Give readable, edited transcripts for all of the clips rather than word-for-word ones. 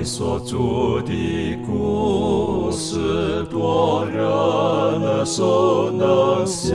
所著的故事，多人耳熟能详，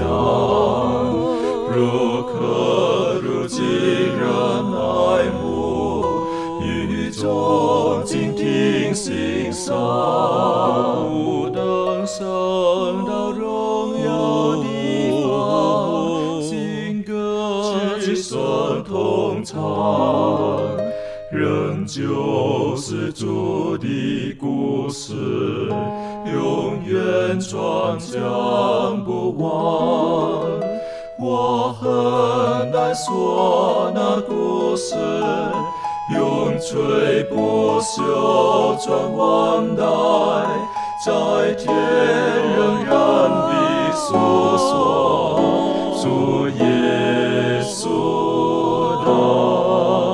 如刻入今人爱慕，语中静听欣赏，不能升到荣耀的方，新歌之声同唱。仍旧是主的故事，永远传讲不完。我很难说那故事，永垂不朽传万代，在天仍然地诉说主耶稣的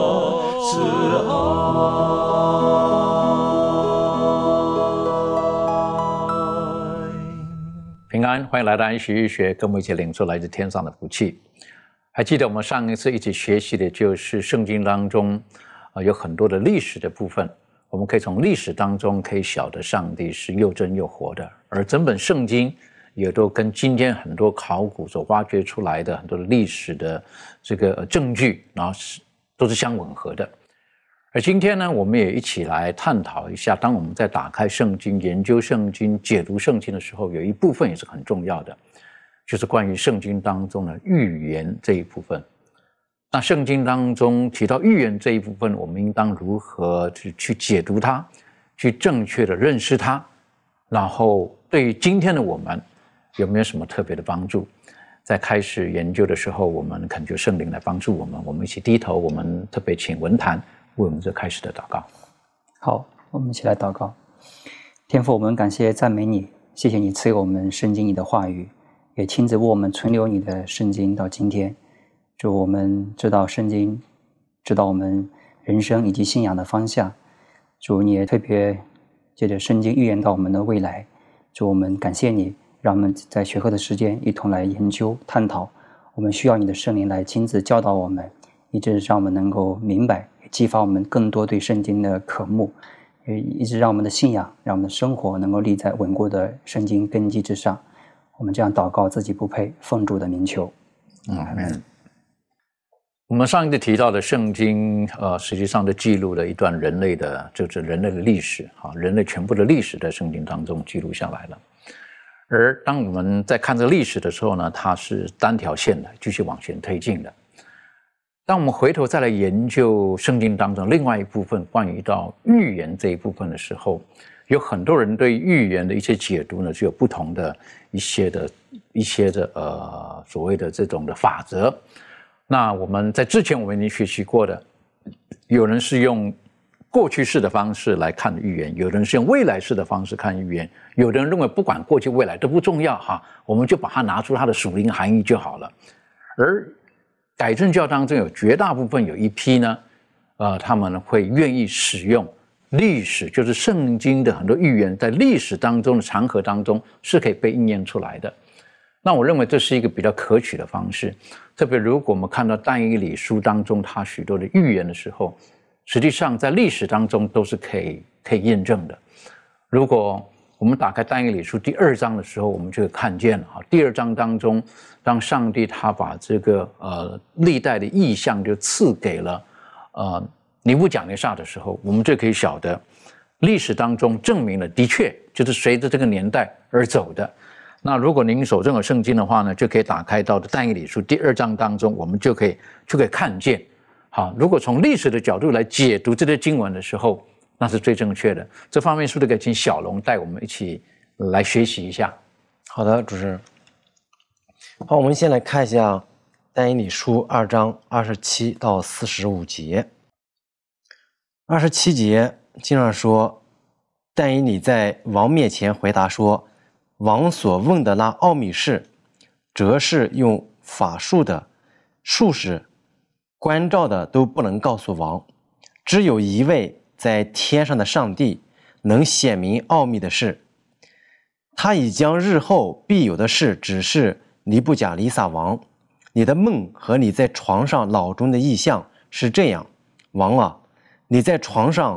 平安，欢迎来到安息日学，跟我们一起领受来自天上的福气。还记得我们上一次一起学习的就是圣经当中有很多的历史的部分，我们可以从历史当中可以晓得上帝是又真又活的，而整本圣经也都跟今天很多考古所挖掘出来的很多的历史的这个证据，然后都是相吻合的。而今天呢，我们也一起来探讨一下，当我们在打开圣经、研究圣经、解读圣经的时候，有一部分也是很重要的，就是关于圣经当中的预言这一部分。那圣经当中提到预言这一部分，我们应当如何去解读它，去正确的认识它，然后对于今天的我们有没有什么特别的帮助？在开始研究的时候，我们恳求圣灵来帮助我们，我们一起低头，我们特别请文坛为我们这开始的祷告。 好，我们一起来祷告。天父，我们感谢赞美你，谢谢你赐给我们圣经你的话语，也亲自为我们存留你的圣经到今天。主，我们知道圣经，知道我们人生以及信仰的方向。主，你也特别借着圣经预言到我们的未来。主，我们感谢你，让我们在学课的时间一同来研究探讨。我们需要你的圣灵来亲自教导我们，一直让我们能够明白，激发我们更多对圣经的渴慕，一直让我们的信仰，让我们的生活能够立在稳固的圣经根基之上。我们这样祷告，自己不配，奉主的名求。 阿们。我们上一次提到的圣经，实际上就记录了一段人类的，就是人类的历史，人类全部的历史在圣经当中记录下来了。而当我们在看这个历史的时候呢，它是单条线的，继续往前推进的。当我们回头再来研究圣经当中另外一部分关于到预言这一部分的时候，有很多人对预言的一些解读呢，是有不同的一些的所谓的这种的法则。那我们在之前我们已经学习过的，有人是用过去式的方式来看预言，有人是用未来式的方式看预言，有的人认为不管过去未来都不重要哈，我们就把它拿出它的属灵含义就好了。而改正教当中有绝大部分有一批呢，他们会愿意使用历史，就是圣经的很多预言在历史当中的长河当中是可以被应验出来的。那我认为这是一个比较可取的方式，特别如果我们看到但以理书当中它许多的预言的时候，实际上在历史当中都是可以验证的。如果我们打开但以理书第2章的时候，我们就会看见了第2章当中，当上帝他把这个历代的意象就赐给了尼布甲尼撒的时候，我们就可以晓得历史当中证明了的确就是随着这个年代而走的。那如果您手中有圣经的话呢，就可以打开到但以理书第2章当中，我们就可以看见。好，如果从历史的角度来解读这些经文的时候，那是最正确的。这方面是不是可以请小龙带我们一起来学习一下？ 好的，主持人。好，我们先来看一下但以理书2章27到45节。27节经上说，但以理在王面前回答说，王所问的那奥秘事，则是用法术的、术士、关照的都不能告诉王，只有一位在天上的上帝能显明奥秘的事。他已将日后必有的事指示尼布甲尼撒王，你的梦和你在床上脑中的意象是这样。王啊，你在床上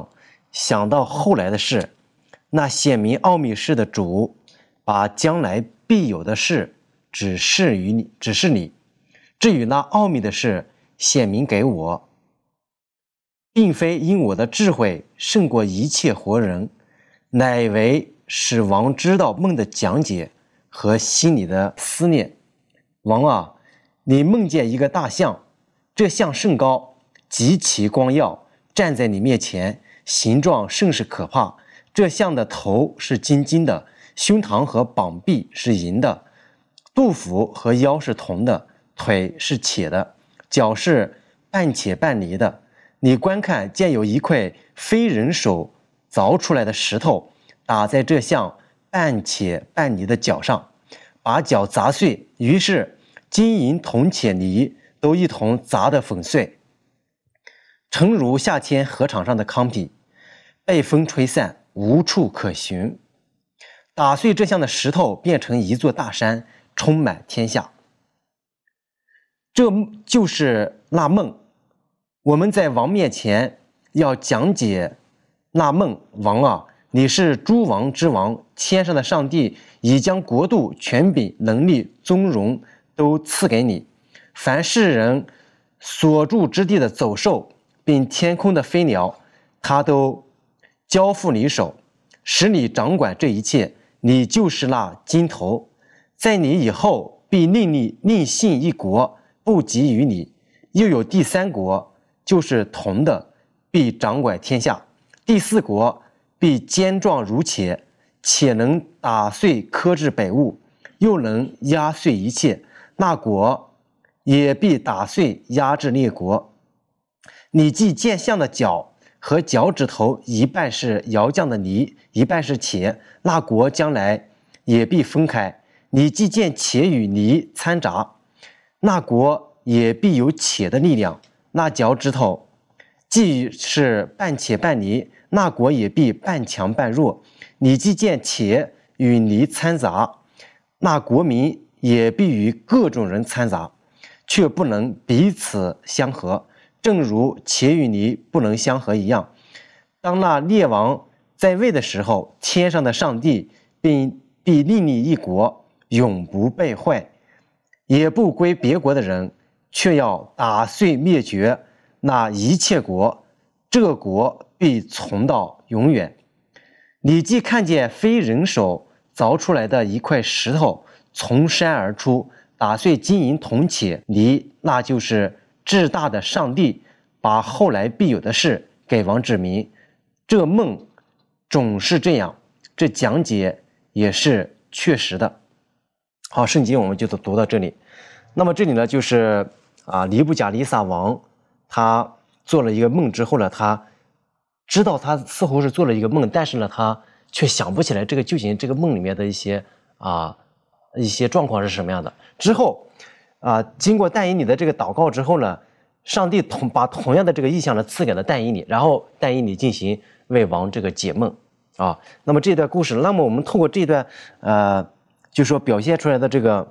想到后来的事，那显明奥秘事的主，把将来必有的事指示你。至于那奥秘的事，显明给我，并非因我的智慧胜过一切活人，乃为使王知道梦的讲解和心里的思念。王啊，你梦见一个大象，这象甚高，极其光耀，站在你面前，形状甚是可怕。这象的头是金的，胸膛和膀臂是银的，肚腹和腰是铜的，腿是铁的，脚是半铁半泥的。你观看，见有一块非人手凿出来的石头，打在这象半铁半泥的脚上，把脚砸碎，于是金银铜铁泥都一同砸得粉碎，诚如夏天禾场上的糠秕，被风吹散，无处可寻。打碎这象的石头，变成一座大山，充满天下。这就是那梦。我们在王面前要讲解那梦。王啊，你是诸王之王，天上的上帝已将国度、权柄、能力、尊荣都赐给你。凡世人所住之地的走兽，并天空的飞鸟，他都交付你手，使你掌管这一切。你就是那金头，在你以后必另信一国，不及于你。又有第三国，就是铜的，必掌管天下。第四国必坚壮如铁，且能打碎克制北物，又能压碎一切。那国也必打碎压制列国。你既见象的脚和脚趾头，一半是窑匠的泥，一半是铁，那国将来也必分开。你既见铁与泥掺杂，那国也必有铁的力量。那脚趾头既是半铁半泥，那国也必半强半弱。你既见铁与泥掺杂，那国民也必与各种人掺杂，却不能彼此相合，正如铁与泥不能相合一样。当那列王在位的时候，天上的上帝必另立一国，永不败坏，也不归别国的人，却要打碎灭绝那一切国，这国必存到永远。你既看见非人手凿出来的一块石头从山而出，打碎金银铜铁泥，那就是至大的上帝把后来必有的事给王指明。这梦总是这样，这讲解也是确实的。好，圣经我们就读到这里。那么这里呢，就是尼布甲尼撒王他做了一个梦之后呢，他知道他似乎是做了一个梦，但是呢，他却想不起来究竟这个梦里面的一些状况是什么样的。之后经过但以理的这个祷告之后呢，上帝把同样的这个意象呢赐给了但以理，然后但以理进行为王这个解梦那么这段故事，那么我们透过这段就说表现出来的这个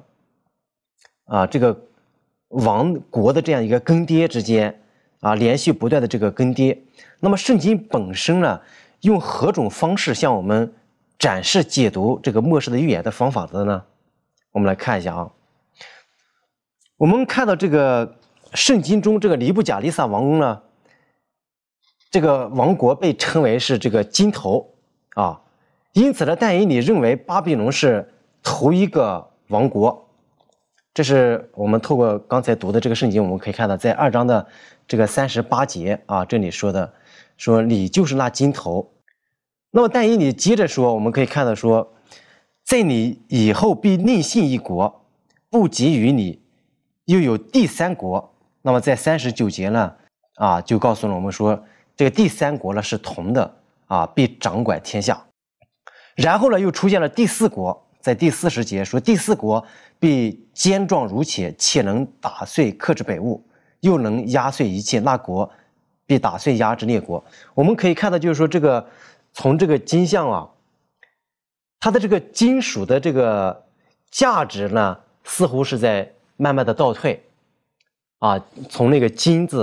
王国的这样一个更迭之间连续不断的这个更迭，那么圣经本身呢，用何种方式向我们展示解读这个末世的预言的方法的呢？我们来看一下我们看到这个圣经中这个尼布甲尼撒王宫呢，这个王国被称为是这个金头因此呢，但以理认为巴比伦是头一个王国。这是我们透过刚才读的这个圣经，我们可以看到在2章的这个38节这里说你就是那金头。那么但以理接着说，我们可以看到说，在你以后必另信一国，不及于你，又有第三国。那么在39节呢就告诉了我们说，这个第三国呢是铜的必掌管天下。然后呢又出现了第四国，在第40节说第四国必坚壮如铁，且能打碎克制北物，又能压碎一切，那国必打碎压制列国。我们可以看到就是说，这个从这个金像它的这个金属的这个价值呢似乎是在慢慢的倒退从那个金字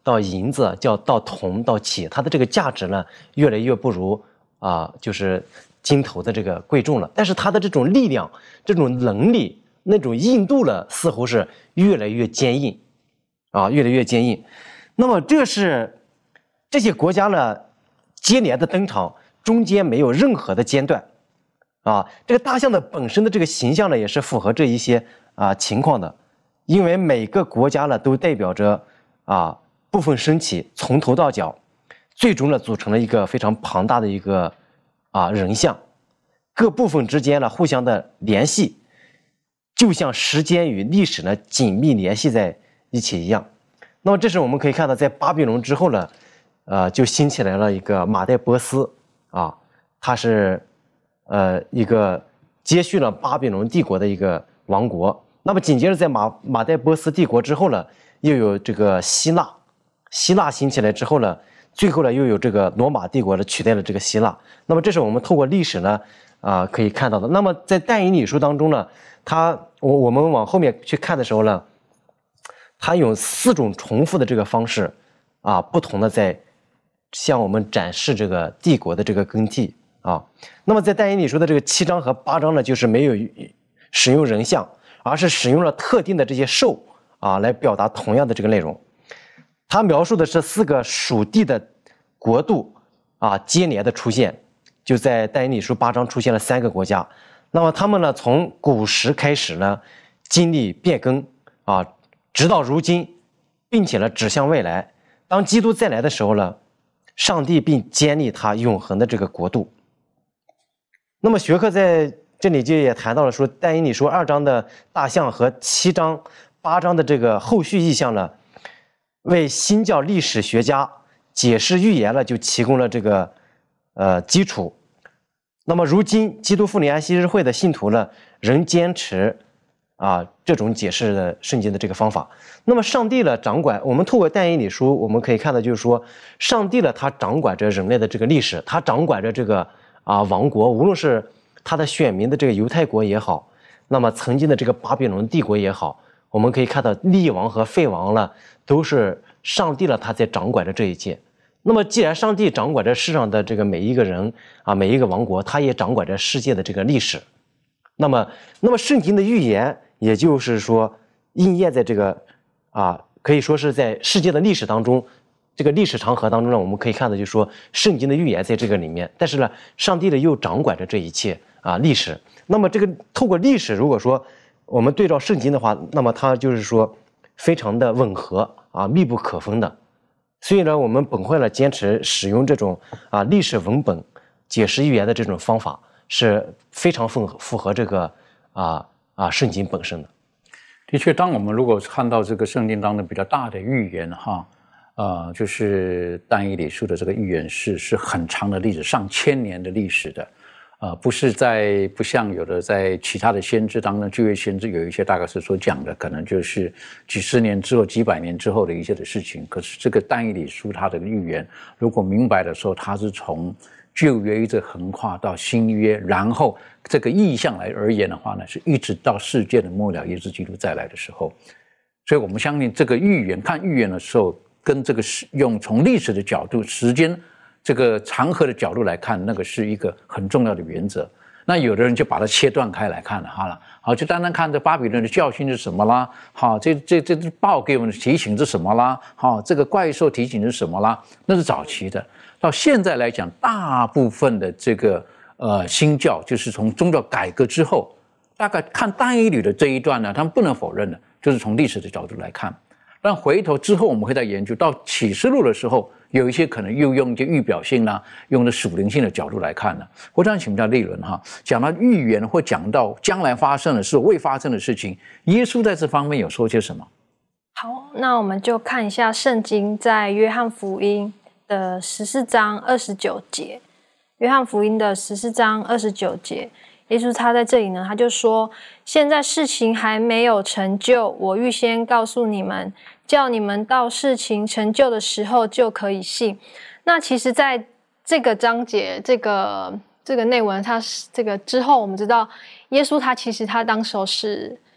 到银子，到铜到铁，它的这个价值呢越来越不如就是金头的这个贵重了。但是它的这种力量、这种能力、那种硬度呢，似乎是越来越坚硬，越来越坚硬。那么这些国家呢接连的登场，中间没有任何的间断，这个大象的本身的这个形象呢，也是符合这一些情况的，因为每个国家呢都代表着部分身体从头到脚，最终呢组成了一个非常庞大的一个人像，各部分之间呢互相的联系，就像时间与历史呢紧密联系在一起一样。那么这是我们可以看到，在巴比伦之后呢，就兴起来了一个马代波斯它是一个接续了巴比伦帝国的一个王国。那么紧接着在马代波斯帝国之后呢，又有这个希腊兴起来之后呢，最后呢又有这个罗马帝国呢取代了这个希腊。那么这是我们透过历史呢可以看到的。那么在但以理书当中呢，我们往后面去看的时候呢，它用4种重复的这个方式不同的在向我们展示这个帝国的这个更替那么在但以理书的这个7章和8章呢，就是没有使用人像，而是使用了特定的这些兽来表达同样的这个内容。它描述的是4个属地的国度接连的出现，就在但以理书8章出现了3个国家。那么他们呢，从古时开始呢，经历变更直到如今，并且呢指向未来。当基督再来的时候呢，上帝并建立他永恒的这个国度。那么学科在这里就也谈到了说，但以理书2章的大象和7章、8章的这个后续意象呢，为新教历史学家解释预言了就提供了这个基础。那么如今基督复临安息日会的信徒呢，仍坚持这种解释的圣经的这个方法。那么上帝呢掌管，我们透过但以理书我们可以看到，就是说上帝呢他掌管着人类的这个历史，他掌管着这个王国，无论是他的选民的这个犹太国也好，那么曾经的这个巴比伦帝国也好，我们可以看到立王和废王呢，都是上帝呢他在掌管着这一切。那么既然上帝掌管着世上的这个每一个人每一个王国，他也掌管着世界的这个历史。那么圣经的预言，也就是说应验在这个可以说是在世界的历史当中，这个历史长河当中呢，我们可以看到就是说圣经的预言在这个里面，但是呢上帝呢又掌管着这一切历史。那么这个透过历史，如果说我们对照圣经的话，那么它就是说非常的吻合密不可分的。所以呢我们本会呢坚持使用这种历史文本解释预言的这种方法，是非常符合这个圣经本身的。 的确，当我们如果看到这个圣经当中比较大的预言就是但以理书的这个预言是很长的历史，上千年的历史的，不像有的在其他的先知当中，旧约先知有一些大概是所讲的，可能就是几十年之后、几百年之后的一些的事情。可是这个但以理书它的预言，如果明白的时候，它是从旧约一直横跨到新约，然后这个意象来而言的话呢，是一直到世界的末了，耶稣基督再来的时候。所以我们相信这个预言，看预言的时候，跟这个用从历史的角度、时间这个长河的角度来看，那个是一个很重要的原则。那有的人就把它切断开来看了好，就单单看这巴比伦的教训是什么啦，好，这报给我们的提醒是什么啦，好，这个怪兽提醒是什么啦，那是早期的。到现在来讲，大部分的这个新教，就是从宗教改革之后，大概看但以理的这一段呢，他们不能否认的，就是从历史的角度来看。但回头之后，我们会再研究到启示录的时候，有一些可能又用一些预表性啦，用的属灵性的角度来看呢。我想请教立伦讲到预言或讲到将来发生的事、未发生的事情，耶稣在这方面有说些什么？ 好，那我们就看一下圣经在约翰福音的14章29节。约翰福音的14章29节，耶稣他在这里呢，他就说：现在事情还没有成就，我预先告诉你们，叫你们到事情成就的时候就可以信。那其实在这个章节这个内文，它这个之后，我们知道耶稣他其实他当时是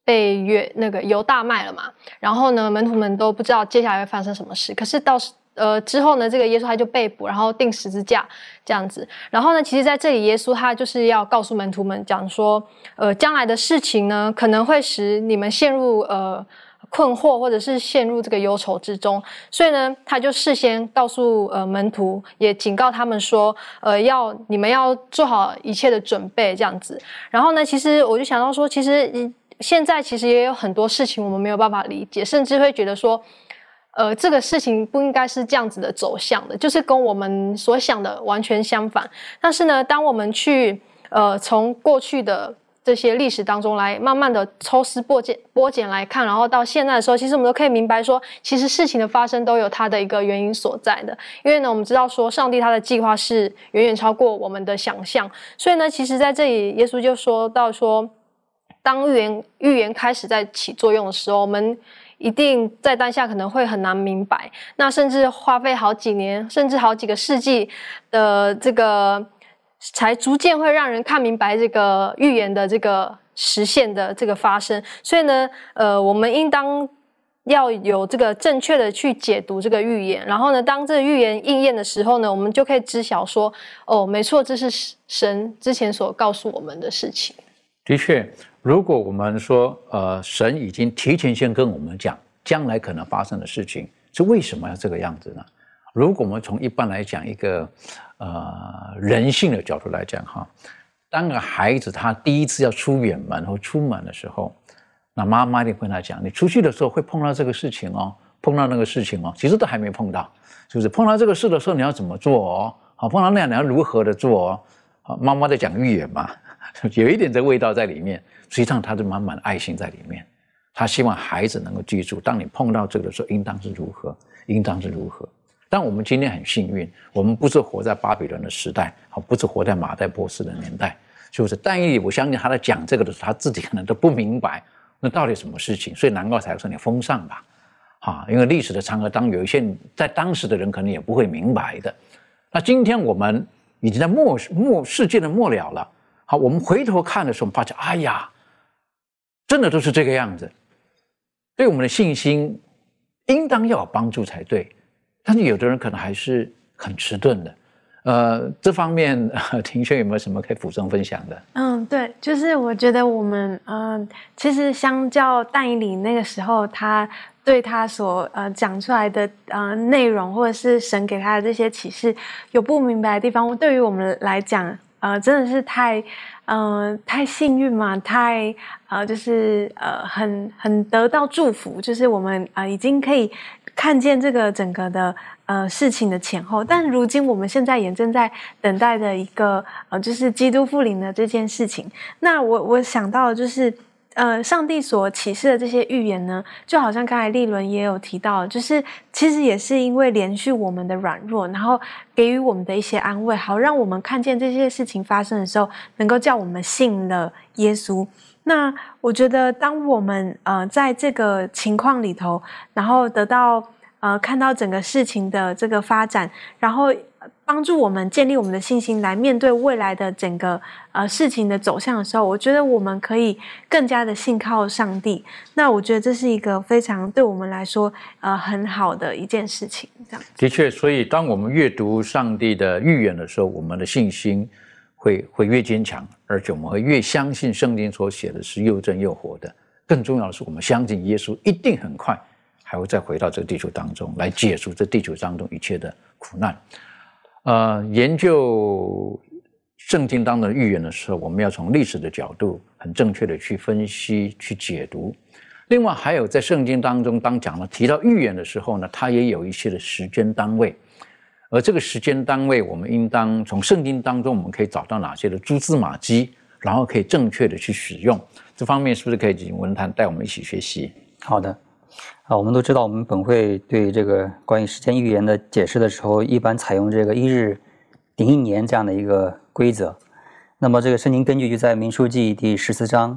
被犹大卖了嘛，然后呢，门徒们都不知道接下来会发生什么事。可是之后呢，这个耶稣他就被捕，然后钉十字架这样子。然后呢，其实在这里耶稣他就是要告诉门徒们讲说，将来的事情呢，可能会使你们陷入困惑，或者是陷入这个忧愁之中。所以呢，他就事先告诉门徒，也警告他们说，你们要做好一切的准备这样子。然后呢，其实我就想到说，其实现在其实也有很多事情我们没有办法理解，甚至会觉得说，这个事情不应该是这样子的走向的，就是跟我们所想的完全相反。但是呢，当我们去从过去的这些历史当中来慢慢的抽丝剥茧来看，然后到现在的时候，其实我们都可以明白说，其实事情的发生都有它的一个原因所在的。因为呢，我们知道说上帝他的计划是远远超过我们的想象，所以呢，其实在这里耶稣就说到说，当预言开始在起作用的时候，我们一定在当下可能会很难明白，那甚至花费好几年，甚至好几个世纪的这个，才逐渐会让人看明白这个预言的这个实现的这个发生。所以呢，我们应当要有这个正确的去解读这个预言，然后呢，当这个预言应验的时候呢，我们就可以知晓说，哦，没错，这是神之前所告诉我们的事情。 的确，如果我们说，神已经提前先跟我们讲将来可能发生的事情，是为什么要这个样子呢？如果我们从一般来讲一个人性的角度来讲哈，当个孩子他第一次要出远门或出门的时候，那妈妈一定跟他讲，你出去的时候会碰到这个事情哦，碰到那个事情哦，其实都还没碰到，是不是？碰到这个事的时候你要怎么做哦？好，碰到那样你要如何的做哦？好，妈妈在讲预言嘛。有一点这味道在里面，实际上他是满满的爱心在里面。他希望孩子能够记住，当你碰到这个的时候，应当是如何，应当是如何。但我们今天很幸运，我们不是活在巴比伦的时代，不是活在马代波斯的年代，是不是？但以理，我相信他在讲这个的时候，他自己可能都不明白那到底什么事情，所以难怪才说你封上吧，因为历史的长河当有一些在当时的人可能也不会明白的。那今天我们已经在世界的末了了。好，我们回头看的时候，我们发现，哎呀，真的都是这个样子，对我们的信心应当要有帮助才对。但是有的人可能还是很迟钝的，这方面庭轩有没有什么可以补充分享的？ 对，就是我觉得我们其实相较但以理那个时候，他对他所讲出来的内容，或者是神给他的这些启示有不明白的地方，对于我们来讲。真的是太幸运嘛，就是很得到祝福，就是我们已经可以看见这个整个的事情的前后，但如今我们现在也正在等待的一个就是基督复临的这件事情。那我想到的就是上帝所启示的这些预言呢，就好像刚才立伦也有提到，就是其实也是因为连续我们的软弱，然后给予我们的一些安慰，好让我们看见这些事情发生的时候，能够叫我们信了耶稣。那我觉得当我们在这个情况里头，然后得到看到整个事情的这个发展，然后帮助我们建立我们的信心，来面对未来的整个事情的走向的时候，我觉得我们可以更加的信靠上帝。那我觉得这是一个非常对我们来说很好的一件事情。这样的确，所以当我们阅读上帝的预言的时候，我们的信心会越坚强，而且我们会越相信圣经所写的是又真又活的。更重要的是，我们相信耶稣一定很快还会再回到这个地球当中来解除这地球当中一切的苦难。研究圣经当中的预言的时候，我们要从历史的角度很正确的去分析、去解读。另外，还有在圣经当中，当提到预言的时候呢，它也有一些的时间单位。而这个时间单位，我们应当从圣经当中，我们可以找到哪些的蛛丝马迹，然后可以正确的去使用。这方面是不是可以请文坛带我们一起学习？ 好的。我们都知道，我们本会对这个关于时间预言的解释的时候，一般采用这个1日顶1年这样的一个规则。那么这个圣经根据就在民数记第14章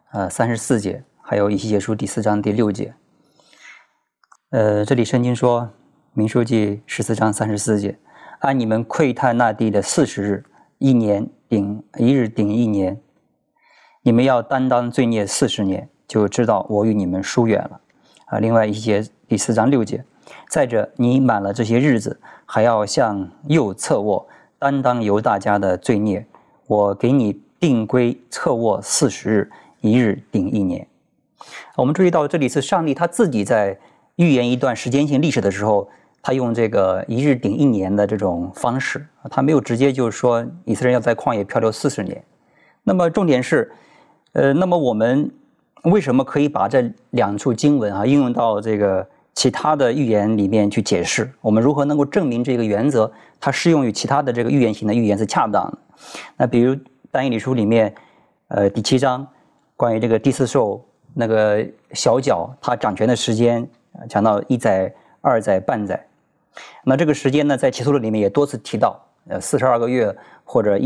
34节，还有以西结书第4章第6节。这里圣经说，民数记14章34节，按你们窥探那地的40日，1日顶1年，你们要担当罪孽40年。 就知道我与你们疏远了。另外1节第4章6节，再者你满了这些日子，还要向右侧卧，担当犹大家的罪孽。我给你定规侧卧40日，1日顶1年。我们注意到这里是上帝他自己在预言一段时间性历史的时候，他用这个1日顶1年的这种方式，他没有直接就是说以色列人要在旷野漂流40年。那么重点是，那么我们为什么可以把这2处经文应用到这个其他的预言里面去解释？我们如何能够证明这个原则它适用于其他的这个预言型的预言是恰当的？那比如但以理书里面，第7章关于这个第4兽那个小角它掌权的时间，讲到1载、2载、半载。那这个时间呢，在启示录里面也多次提到，42个月或者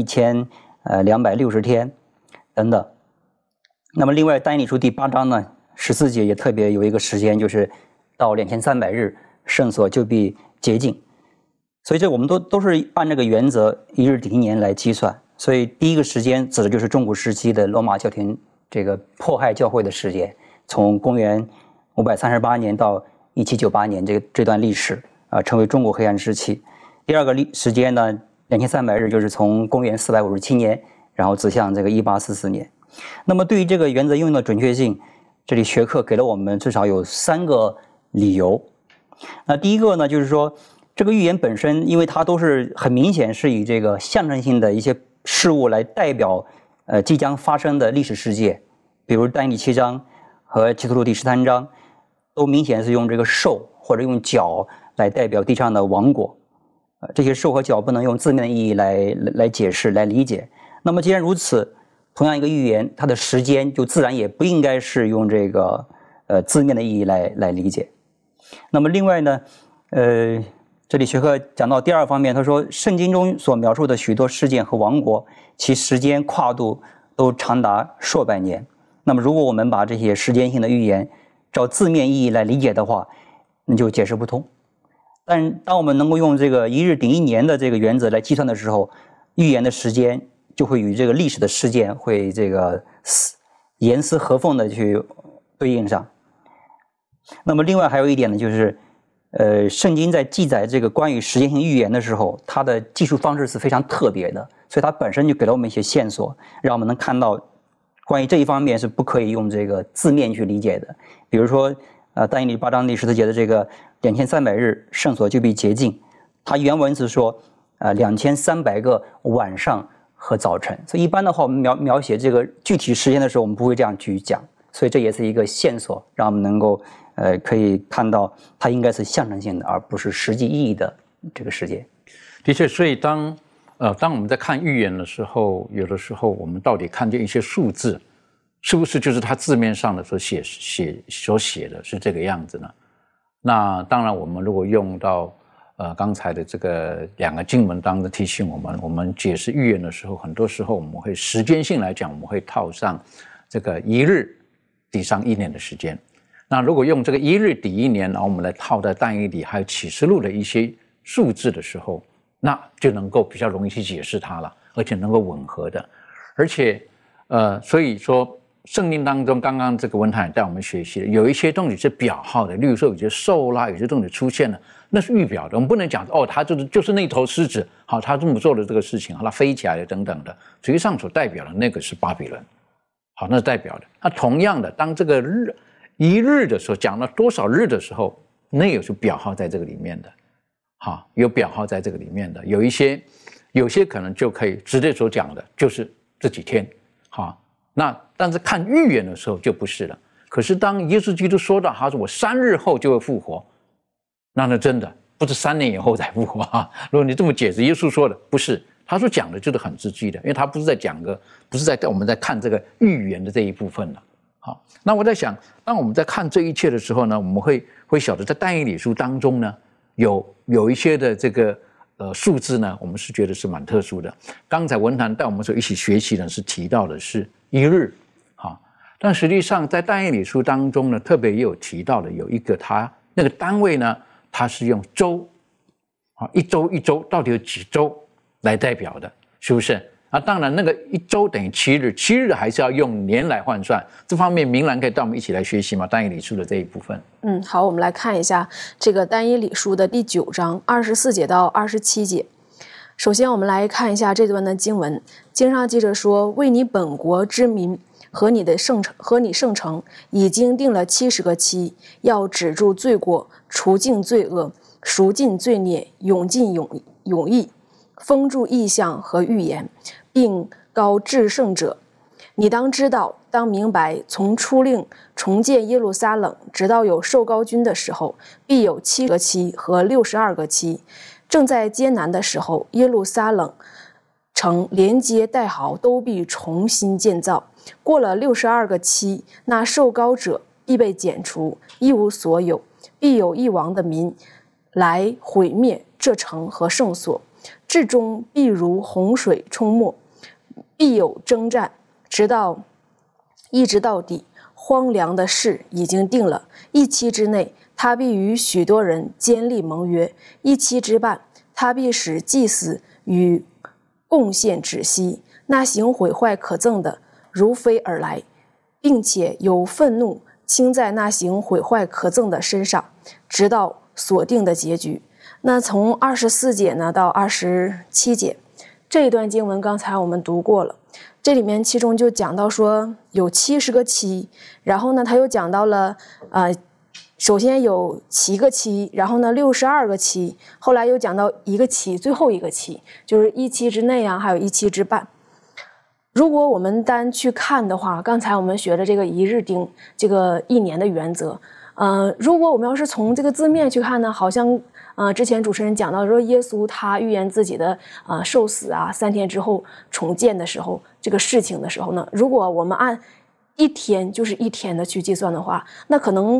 1260天等等。那么另外但以理书第8章呢14节也特别有一个时间，就是到2300日，圣所就必洁净。所以这我们都是按这个原则1日顶1年来计算。所以第一个时间指的就是中古时期的罗马教廷这个迫害教会的时间，从公元538年到1798年这段历史成为中国黑暗时期。第二个时间呢2300日就是从公元457年，然后指向这个1844年。那么对于这个原则应用的准确性，这里学科给了我们至少有3个理由。那第一个呢，就是说这个预言本身，因为它都是很明显是以这个象征性的一些事物来代表即将发生的历史事件，比如但以理7章和启示录第13章都明显是用这个兽或者用角来代表地上的王国。这些兽和角不能用字面的意义来解释来理解。那么既然如此，同样一个预言，它的时间就自然也不应该是用这个字面的意义来理解。那么另外呢，这里学科讲到第2方面，他说圣经中所描述的许多事件和王国，其时间跨度都长达数百年。那么如果我们把这些时间性的预言照字面意义来理解的话，那就解释不通。但当我们能够用这个1日顶1年的这个原则来计算的时候，预言的时间就会与这个历史的事件会这个严丝合缝的去对应上。那么另外还有一点呢，就是圣经在记载这个关于时间性预言的时候，它的记述方式是非常特别的，所以它本身就给了我们一些线索，让我们能看到关于这一方面是不可以用这个字面去理解的。比如说但以理8章第14节的这个2300日，圣所就必洁净，它原文是说2300个晚上和早晨。所以一般的话，我们描写这个具体时间的时候，我们不会这样去讲，所以这也是一个线索，让我们能够可以看到它应该是象征性的，而不是实际意义的这个时间。 的确，所以当我们在看预言的时候，有的时候我们到底看见一些数字，是不是就是它字面上的所写的是这个样子呢？那当然，我们如果用到刚才的这个2个经文当中提醒我们解释预言的时候，很多时候我们会时间性来讲，我们会套上这个1日抵上1年的时间。那如果用这个1日抵1年，然后我们来套在但以理还有启示录的一些数字的时候，那就能够比较容易去解释它了，而且能够吻合的。而且所以说圣经当中，刚刚这个文坛也带我们学习的，有一些东西是表号的，例如说有些兽啦，有些东西出现了，那是预表的。我们不能讲它就是那头狮子，好，它这么做的这个事情，好，它飞起来了等等的，实际上所代表的那个是巴比伦，好，那是代表的。那同样的，当这个1日的时候，讲了多少日的时候，那也是表号在这个里面的，好，有表号在这个里面的。有些可能就可以直接所讲的就是这几天，好。那但是看预言的时候就不是了。可是当耶稣基督说到他说我3日后就会复活，那真的不是3年以后才复活啊。如果你这么解释，耶稣说的不是，他说讲的就是很实际的，因为他不是在我们在看这个预言的这一部分了。好，那我在想，当我们在看这一切的时候呢，我们会晓得在但以理书当中呢，有一些的这个数字呢，我们是觉得是蛮特殊的。刚才文坛带我们所一起学习的是提到的是1日，好，但实际上在但以理书当中呢，特别也有提到的有一个它那个单位呢，它是用周，好，一周到底有几周来代表的，是不是？ 当然那个1周等于7日，7日还是要用年来换算。这方面明兰可以带我们一起来学习吗？但以理书的这一部分。 好，我们来看一下这个但以理书的第9章24节到27节。首先，我们来看一下这段的经文。经上记着说：“为你本国之民和你圣城已经定了70个期，要止住罪过，除尽罪恶，赎尽罪孽，永尽永义，封住异象和预言，并高至圣者。你当知道，当明白，从出令重建耶路撒冷，直到有受膏君的时候，必有7个期和62个期。正在艰难的时候，耶路撒冷城连街带壕都必重新建造。过了62个期，那受膏者必被剪除，一无所有，必有一王的民来毁灭这城和圣所，至终必如洪水冲没，必有征战，一直到底。荒凉的事已经定了，1期之内，他必与许多人坚立盟约；1期之半，他必使祭司与贡献止息。那行毁坏可憎的，如飞而来，并且有愤怒倾在那行毁坏可憎的身上，直到所定的结局。那从24节呢到27节，这一段经文刚才我们读过了。这里面其中就讲到说有70个期，然后呢他又讲到了首先有7个期，然后呢62个期，后来又讲到1个期，最后1个期就是1期之内啊，还有1期之半。如果我们单去看的话，刚才我们学的这个1日定这个1年的原则，如果我们要是从这个字面去看呢，好像之前主持人讲到说耶稣他预言自己的受死啊，3天之后重建的时候这个事情的时候呢，如果我们按1天就是1天的去计算的话，那可能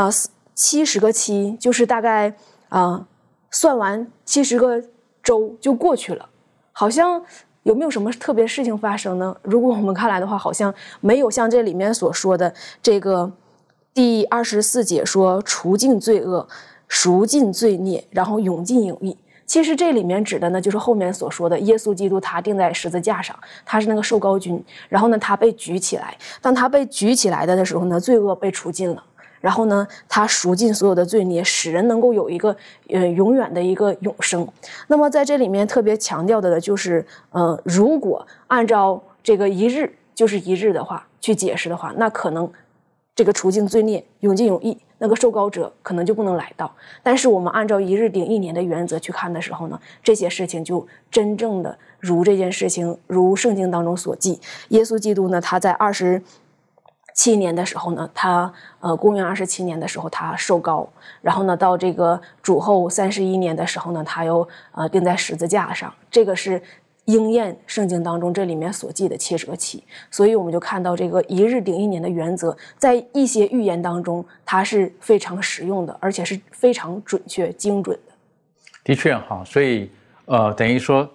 70个期就是大概算完70个周就过去了，好像有没有什么特别事情发生呢？如果我们看来的话，好像没有像这里面所说的这个第24节说除尽罪恶，赎尽罪孽，然后永尽永义。其实这里面指的呢，就是后面所说的耶稣基督他钉在十字架上，他是那个受膏君，然后呢他被举起来，当他被举起来的时候呢，罪恶被除尽了，然后呢他赎尽所有的罪孽，使人能够有一个永远的一个永生。那么在这里面特别强调的就是如果按照这个1日就是1日的话去解释的话，那可能这个除尽罪孽，永尽永义，那个受膏者可能就不能来到。但是我们按照1日顶1年的原则去看的时候呢，这些事情就真正的如这件事情，如圣经当中所记，耶稣基督呢，他在27年的时候呢，他公元27年的时候他受膏，然后呢到这个主后31年的时候呢，他又钉在十字架上，这个是应验圣经当中这里面所记的70个期。所以我们就看到这个1日顶1年的原则在一些预言当中它是非常实用的，而且是非常准确精准的。 的确哈，所以等于说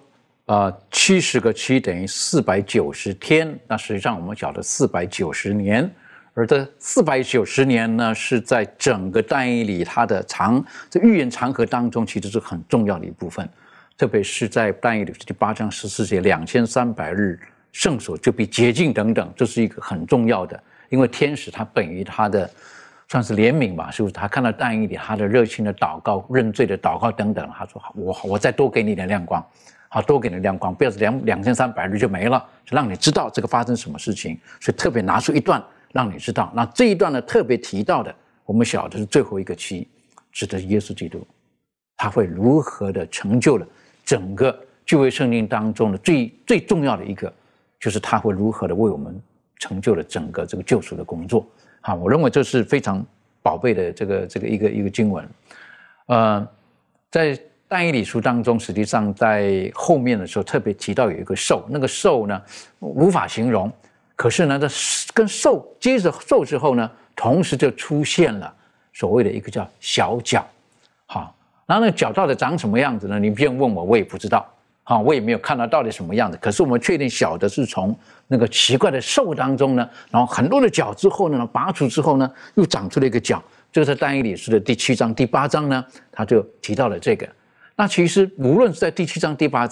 70个期等于490天，那实际上我们讲的490年，而这490年呢是在整个但以理它的这预言长河当中其实是很重要的一部分。特别是在但以理第8章14节2300日圣所就必洁净等等，这是一个很重要的，因为天使他本于他的算是怜悯吧，是不是？他看到但以理他的热心的祷告、认罪的祷告等等，他说我再多给你点亮光，好，多给你亮光，不要是2300日就没了，就让你知道这个发生什么事情，所以特别拿出一段让你知道。那这一段呢特别提到的，我们晓得是最后1个期，指的是耶稣基督，他会如何的成就了整个旧约圣经当中的最重要的一个，就是他会如何的为我们成就了整个这个救赎的工作。好，我认为这是非常宝贝的这个一个经文。在但以理书当中，实际上在后面的时候特别提到有一个兽，那个兽呢无法形容，可是呢，这跟兽接着兽之后呢，同时就出现了所谓的一个叫小角。好。然后那个角到底长什么样子呢？你不用问我，我也不知道，我也没有看到到底什么样子。可是我们确定小的是从那个奇怪的兽当中呢，然后很多的角之后呢，拔除之后呢，又长出了一个角。这个是但以理书的第7章、第8章呢，他就提到了这个。那其实无论是在第7章、第8章，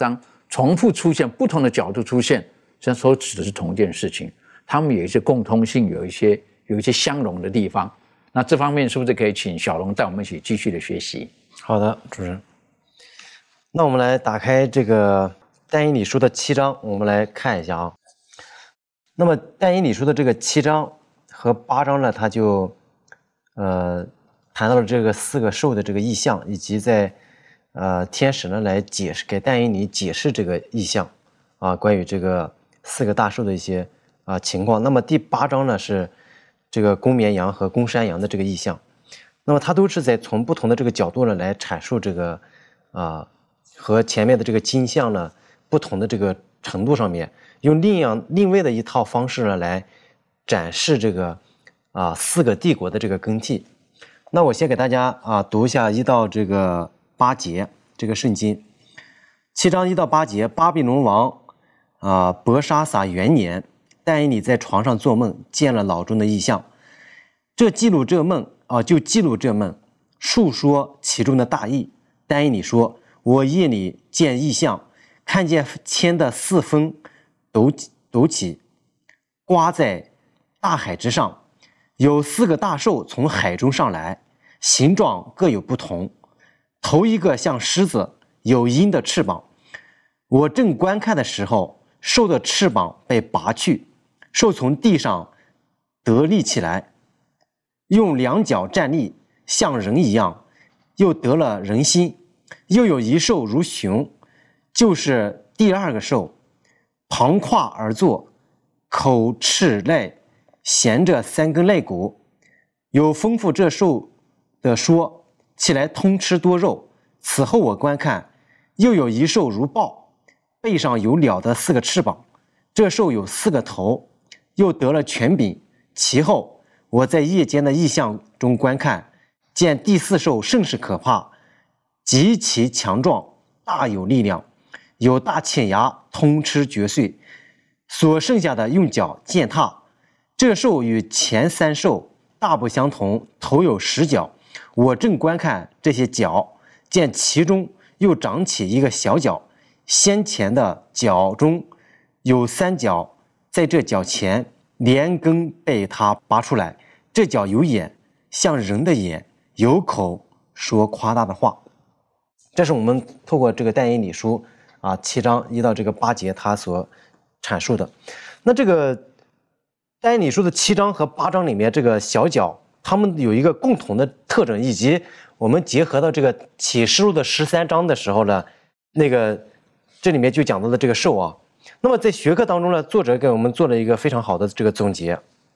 重复出现，不同的角度出现，实际上所指的是同一件事情，他们有一些共通性，有一些相容的地方。那这方面是不是可以请小龙带我们一起继续的学习？ 好的，主任。那我们来打开这个但以理书的7章，我们来看一下啊。那么但以理书的这个7章和8章呢，它就谈到了这个4个兽的这个意象，以及在天使呢来解释，给但以理解释这个意象啊，关于这个4个大兽的一些情况。那么第8章呢是这个公绵羊和公山羊的这个意象，那么它都是在从不同的这个角度呢来阐述这个和前面的这个金像呢不同的这个程度上面，用另外的一套方式呢来展示这个4个帝国的这个更替。那我先给大家读一下1到这个8节这个圣经，7章1到8节，巴比伦王伯沙撒元年，但以理在床上做梦，见了脑中的异象，就记录这梦，述说其中的大意。但以理说：“我夜里见异象，看见天的4风陡起，刮在大海之上，有4个大兽从海中上来，形状各有不同。头一个像狮子，有鹰的翅膀。我正观看的时候，兽的翅膀被拔去，兽从地上得立起来，用2脚站立，像人一样，又得了人心。又有一兽如熊，就是第2个兽，旁跨而坐，口齿内衔着3根肋骨。有吩咐这兽的说：起来通吃多肉。此后我观看，又有一兽如豹，背上有鸟的4个翅膀，这兽有4个头，又得了权柄。其后我在夜间的异象中观看，见第4兽甚是可怕，极其强壮，大有力量，有大犬牙，通吃嚼碎，所剩下的用脚践踏。这兽与前3兽大不相同，头有10角。我正观看这些角，见其中又长起一个小角，先前的角中有3角，在这角前连根被他拔出来。这角有眼，像人的眼，有口，说夸大的话。这是我们透过这个但以理书7章1到这个8节他所阐述的。那这个但以理书的7章和8章里面这个小角，它们有一个共同的特征，以及我们结合到这个启示录的13章的时候呢，这里面就讲到了这个兽啊。那么在学科当中呢，作者给我们做了一个非常好的这个总结。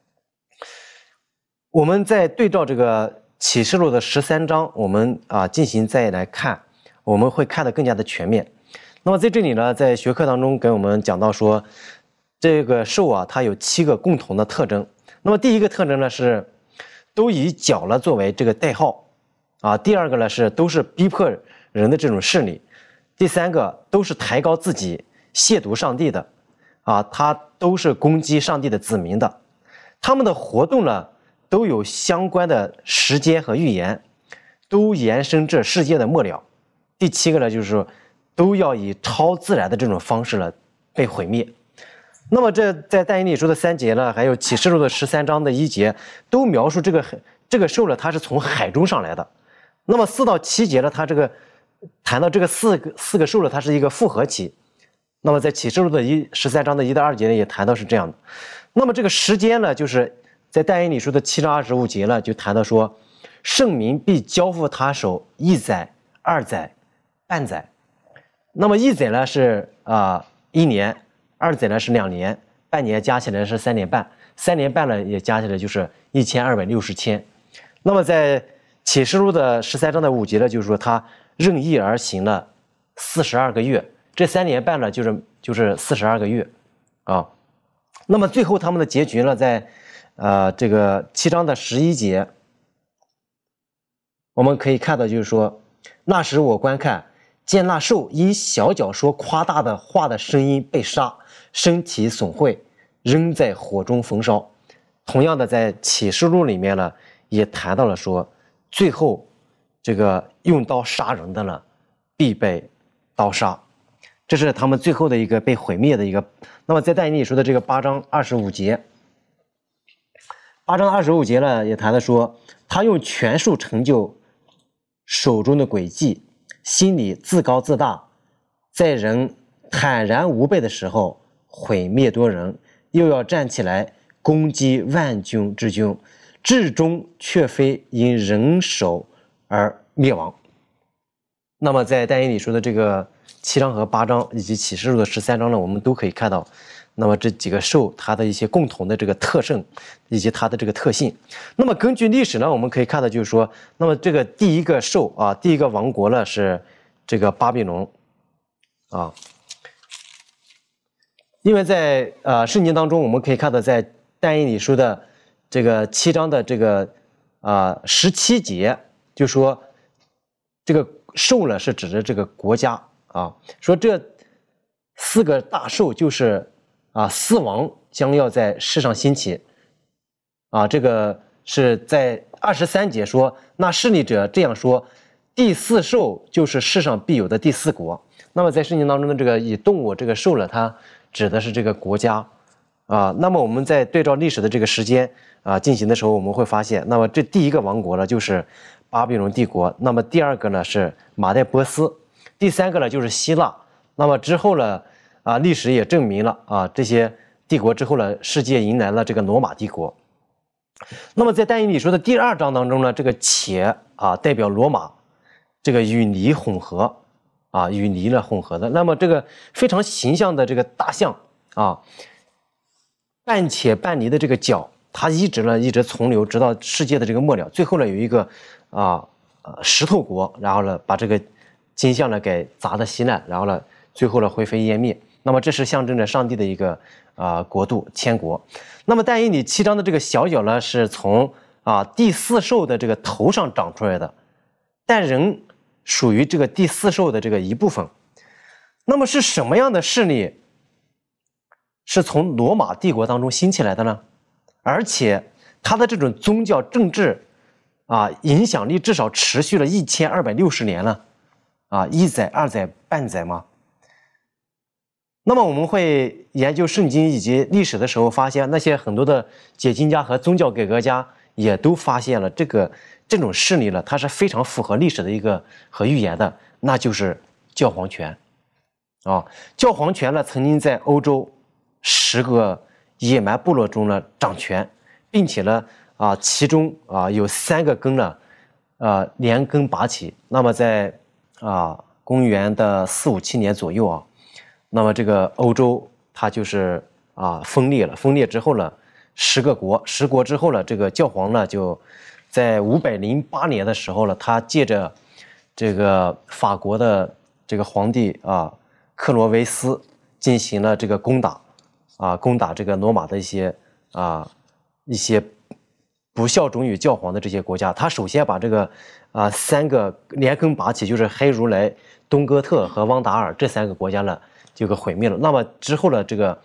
我们在对照这个启示录的13章，我们进行再来看，我们会看得更加的全面。那么在这里呢，在学科当中给我们讲到说，这个兽它有7个共同的特征。那么第一个特征呢是都以角呢作为这个代号第二个呢是都是逼迫人的这种势力，第3个都是抬高自己亵渎上帝的它都是攻击上帝的子民的。他们的活动呢都有相关的时间和预言，都延伸至世界的末了。第7个呢就是说都要以超自然的这种方式呢被毁灭。那么这在但以理书的3节呢，还有启示录的13章的1节，都描述这个兽呢它是从海中上来的。那么4到7节呢，它这个谈到这个四个兽呢，它是一个复合体。那么在启示录的13章的1到2节呢，也谈到是这样的。那么这个时间呢，就是在但以理书的7章25节呢，就谈到说，圣民必交付他手1载、2载、半载。那么1载呢是1年，2载呢是2年，半年加起来是3年半，3年半呢也加起来就是1260天。那么在启示录的13章的5节呢，就是说他任意而行了42个月，这3年半呢就是42个月那么最后他们的结局呢，在这个7章的11节，我们可以看到就是说，那时我观看，见那兽因小角说夸大的话的声音被杀，身体损毁，扔在火中焚烧。同样的，在启示录里面呢，也谈到了说，最后这个用刀杀人的呢，必被刀杀。 这是他们最后的一个被毁灭的一个。那么在但以理书的这个8章25节，8章25节呢也谈到说，他用权术成就手中的诡计，心里自高自大，在人坦然无备的时候毁灭多人，又要站起来攻击万军之君，至终却非因人手而灭亡。那么在但以理书的这个7章和8章以及启示录的13章呢，我们都可以看到，那么这几个兽它的一些共同的这个特征以及它的这个特性。那么根据历史呢，我们可以看到就是说，那么这个第一个兽啊，第一个王国呢是这个巴比伦啊。因为在圣经当中，我们可以看到在但以理书的这个7章的这个17节，就说这个兽呢是指的这个国家啊，说这4个大兽就是4王将要在世上兴起啊，这个是在23节说，那势力者这样说，第4兽就是世上必有的第4国。那么在圣经当中的这个以动物这个兽呢，它指的是这个国家啊。那么我们在对照历史的这个时间进行的时候，我们会发现，那么这第一个王国呢就是巴比伦帝国，那么第二个呢是马代波斯，第3个呢就是希腊。那么之后呢历史也证明了这些帝国之后呢，世界迎来了这个罗马帝国。那么在但以理书的第2章当中呢，这个且代表罗马，这个与泥混合与泥呢混合的。那么这个非常形象的这个大象半且半泥的这个角，它一直存留，直到世界的这个末了。最后呢有一个石头国，然后呢把这个金像呢给砸得稀烂，然后呢最后呢灰飞烟灭。那么这是象征着上帝的一个国度千国。那么但以理7章的这个小角呢，是从第4兽的这个头上长出来的，但仍属于这个第4兽的这个一部分。那么是什么样的势力是从罗马帝国当中兴起来的呢？而且它的这种宗教政治影响力至少持续了1260年了1载2载半载吗？那么我们会研究圣经以及历史的时候，发现那些很多的解经家和宗教改革家也都发现了这种势力呢，它是非常符合历史的一个和预言的，那就是教皇权教皇权呢曾经在欧洲10个野蛮部落中呢掌权，并且呢其中有3个根呢连根拔起。那么在公元的457年左右那么这个欧洲它就是分裂了。分裂之后呢10国之后呢，这个教皇呢就在508年的时候呢，他借着这个法国的这个皇帝克罗维斯进行了这个攻打这个罗马的一些不效忠于教皇的这些国家。他首先把这个3个连根拔起，就是黑如来、东哥特和汪达尔这3个国家呢就给毁灭了。那么之后呢，这个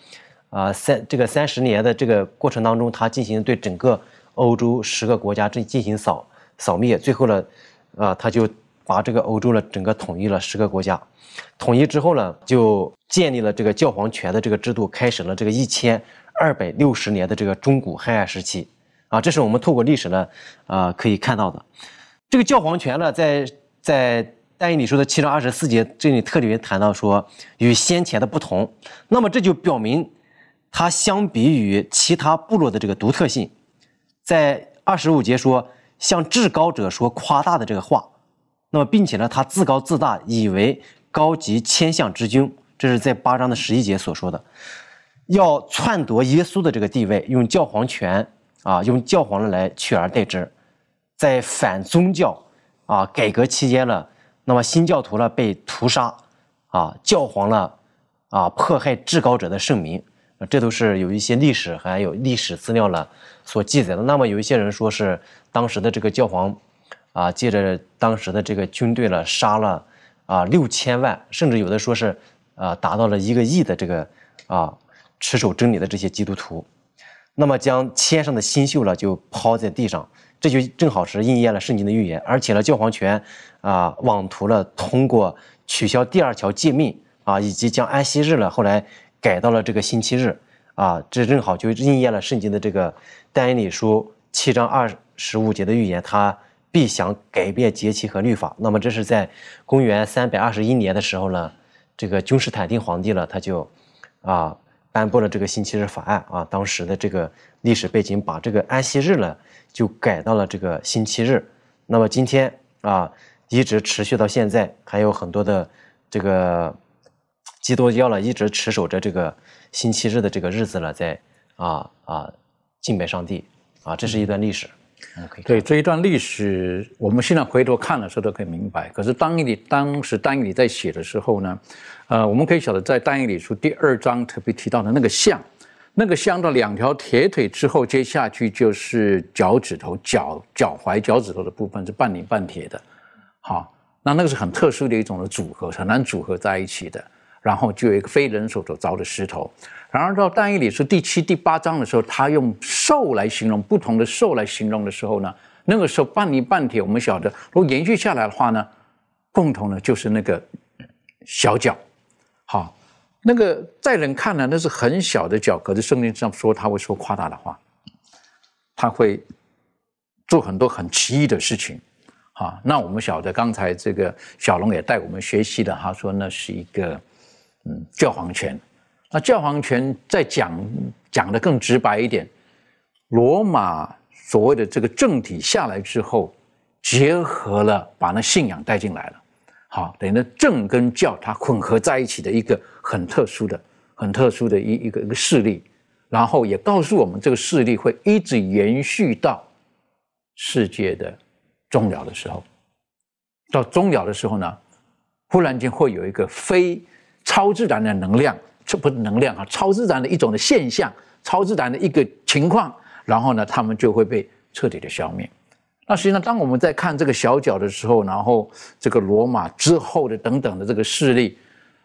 30年的这个过程当中，他进行对整个欧洲10个国家进行扫灭。最后呢他就把这个欧洲呢整个统一了10个国家。统一之后呢，就建立了这个教皇权的这个制度，开始了这个1260年的这个中古黑暗时期这是我们透过历史呢可以看到的。这个教皇权呢在但以理书的7章24节这里特别谈到说与先前的不同，那么这就表明它相比于其他部落的这个独特性。在25节说向至高者说夸大的这个话，那么并且呢他自高自大，以为高级千象之君，这是在8章的11节所说的，要篡夺耶稣的这个地位，用教皇权用教皇来取而代之。在反宗教改革期间呢，那么新教徒呢被屠杀教皇呢迫害至高者的圣名，这都是有一些历史还有历史资料呢所记载的。那么有一些人说是当时的这个教皇借着当时的这个军队呢杀了6000万，甚至有的说是达到了1个亿的这个持守真理的这些基督徒。那么将天上的星宿呢就抛在地上，这就正好是应验了圣经的预言。而且呢教皇权妄图了通过取消第2条诫命啊，以及将安息日了后来改到了这个星期日啊，这正好就应验了圣经的这个但以理书7章25节的预言，他必想改变节期和律法。那么这是在公元321年的时候呢，这个君士坦丁皇帝了，他就颁布了这个星期日法案啊。当时的这个历史背景把这个安息日呢就改到了这个星期日。那么今天一直持续到现在，还有很多的这个基督教呢一直持守着这个星期日的这个日子了，在敬拜上帝啊。这是一段历史。 对，这一段历史，我们现在回头看的时候都可以明白。可是当时但以理在写的时候呢，我们可以晓得，在但以理书第2章特别提到的那个像的2条铁腿之后，接下去就是脚趾头、脚踝、脚趾头的部分是半泥半铁的。好，那个是很特殊的一种的组合，很难组合在一起的。然后就有一个非人手所凿的石头。然而到但以理书第7、第8章的时候，他用兽来形容，不同的兽来形容的时候呢，那个时候半泥半铁，我们晓得如果延续下来的话呢，共同的就是那个小脚。好，那个在人看来那是很小的脚，可是圣经上说他会说夸大的话，他会做很多很奇异的事情。那我们晓得刚才这个小龙也带我们学习的，他说那是一个教皇权。那教皇权再讲得更直白一点，罗马所谓的这个政体下来之后，结合了把那信仰带进来了。好，等于呢政跟教它混合在一起的一个很特殊的一个势力，然后也告诉我们这个势力会一直延续到世界的终了的时候。到终了的时候呢，忽然间会有一个非超自然的能量，这不是能量超自然的一种的现象，超自然的一个情况，然后呢他们就会被彻底的消灭。那实际上当我们在看这个小角的时候，然后这个罗马之后的等等的这个势力，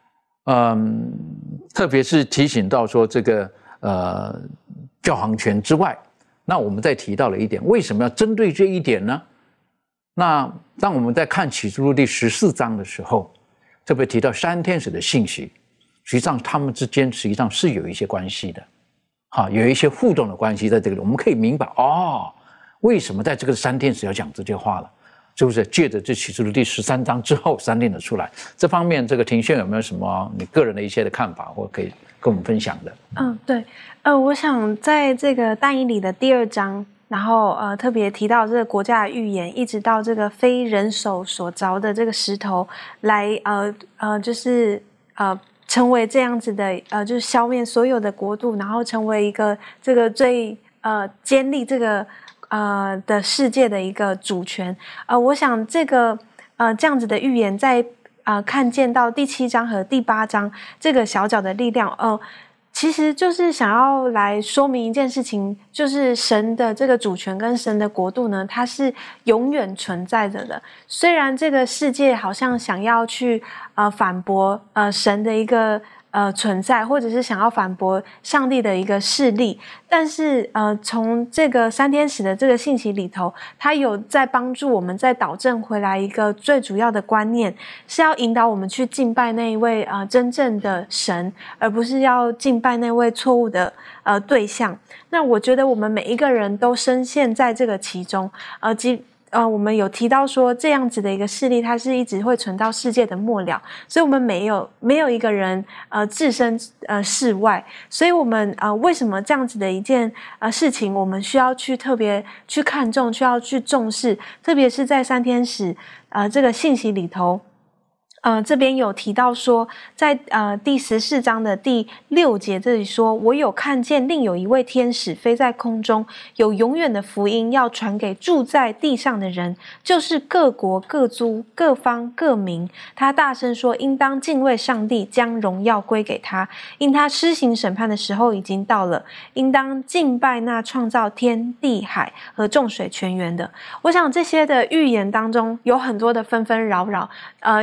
特别是提醒到说这个教皇权之外，那我们再提到了一点，为什么要针对这一点呢？那当我们在看启示录第14章的时候，特别提到3天使的信息，实际上他们之间实际上是有一些关系的，有一些互动的关系在这个里，我们可以明白为什么在这个3天使要讲这些话了，是不是？借着这启示录第13章之后3天使出来，这方面这个庭轩有没有什么你个人的一些的看法，或可以跟我们分享的？ 对，我想在这个但以理的第2章。然后特别提到这个国家的预言，一直到这个非人手所凿的这个石头来就是成为这样子的就是消灭所有的国度，然后成为一个这个最建立这个的世界的一个主权。我想这个这样子的预言在看见到第7章和第8章这个小角的力量其实就是想要来说明一件事情，就是神的这个主权跟神的国度呢，它是永远存在着的。虽然这个世界好像想要去反驳神的一个存在，或者是想要反驳上帝的一个势力，但是从这个3天使的这个信息里头，它有在帮助我们再导正回来一个最主要的观念，是要引导我们去敬拜那一位真正的神，而不是要敬拜那位错误的对象。那我觉得我们每一个人都深陷在这个其中，我们有提到说这样子的一个势力，它是一直会存到世界的末了，所以我们没有一个人置身事外，所以我们为什么这样子的一件事情，我们需要去特别去看重，需要去重视，特别是在3天使这个信息里头。这边有提到说，在第14章的第6节这里说，我有看见另有一位天使飞在空中，有永远的福音要传给住在地上的人，就是各国各族各方各民。他大声说，应当敬畏上帝，将荣耀归给他，因他施行审判的时候已经到了，应当敬拜那创造天地海和众水泉源的。我想这些的预言当中有很多的纷纷扰扰，要去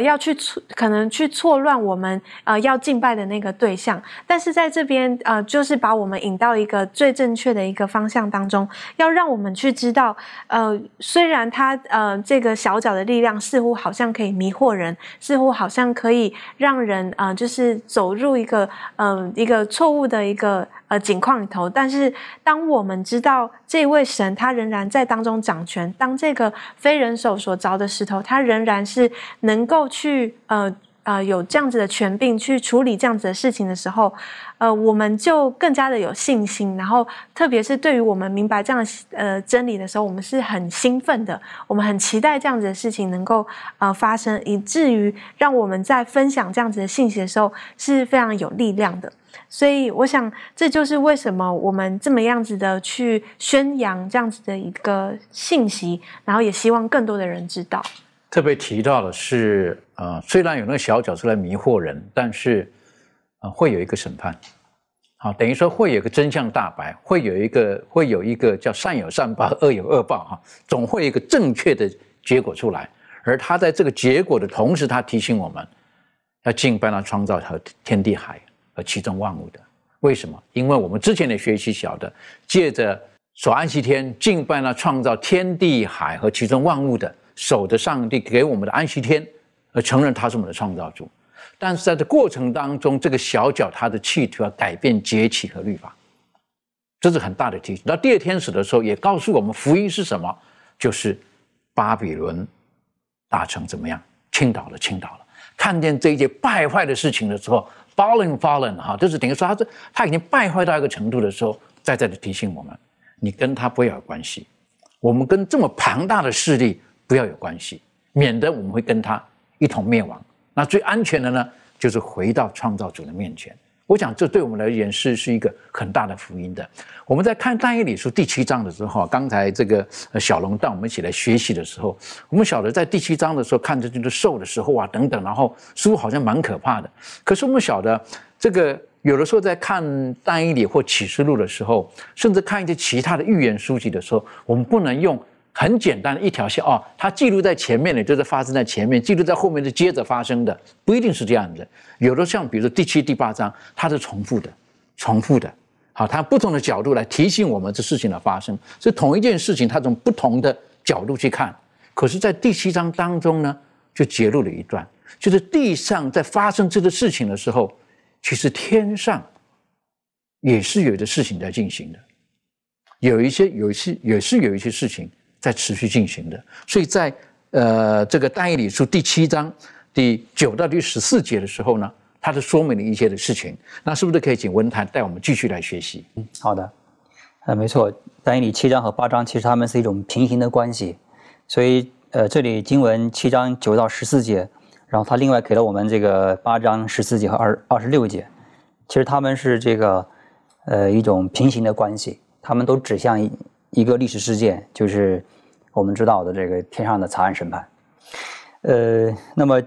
可能去错乱我们要敬拜的那个对象。但是在这边就是把我们引到一个最正确的一个方向当中，要让我们去知道，虽然它这个小角的力量似乎好像可以迷惑人，似乎好像可以让人就是走入一个错误的一个境况里头，但是当我们知道这位神他仍然在当中掌权，当这个非人手所凿的石头，他仍然是能够去有这样子的权柄去处理这样子的事情的时候，我们就更加的有信心，然后特别是对于我们明白这样真理的时候，我们是很兴奋的，我们很期待这样子的事情能够发生，以至于让我们在分享这样子的信息的时候是非常有力量的。所以我想这就是为什么我们这么样子的去宣扬这样子的一个信息，然后也希望更多的人知道。 特别提到的是，虽然有那个小角是来迷惑人，但是会有一个审判，好，等于说会有一个真相大白，会有一个叫善有善报，恶有恶报，哈，总会有一个正确的结果出来。而他在这个结果的同时，他提醒我们要敬拜那创造和天地海和其中万物的。为什么？因为我们之前的学习晓得，借着守安息天，敬拜那创造天地海和其中万物的，守着上帝给我们的安息天，而承认他是我们的创造主。但是在这过程当中，这个小角他的企图要改变节期和律法，这是很大的提醒。到第二天使的时候，也告诉我们福音是什么，就是巴比伦大城怎么样，倾倒了。看见这一些败坏的事情的时候 fallen 哈，就是等于说他已经败坏到一个程度的时候，在这里提醒我们，你跟他不要有关系，我们跟这么庞大的势力不要有关系，免得我们会跟他一同灭亡。那最安全的呢，就是回到创造主的面前。我想这对我们来言是一个很大的福音的。我们在看但以理书第7章的时候，刚才这个小龙带我们一起来学习的时候，我们晓得在第7章的时候看着这个兽的时候啊等等，然后似乎好像蛮可怕的。可是我们晓得这个有的时候在看但以理或启示录的时候，甚至看一些其他的预言书籍的时候，我们不能用很简单的一条线它记录在前面的就是发生在前面，记录在后面是接着发生的，不一定是这样的。有的像比如说第7、第8章，它是重复的，好，它不同的角度来提醒我们这事情的发生，是同一件事情，它从不同的角度去看。可是在第7章当中呢，就揭露了一段，就是地上在发生这个事情的时候，其实天上也是有的事情在进行的，也是有一些事情在持续进行的。所以在这个但以理书第7章第9到第14节的时候呢，它是说明了一些的事情。那是不是可以请文坛带我们继续来学习？ 好的，没错，但以理7章和8章其实它们是一种平行的关系。所以这里经文7章9到14节，然后它另外给了我们这个8章14节和26节，其实它们是这个一种平行的关系，它们都指向一个历史事件，就是我们知道的这个天上的查案审判。那么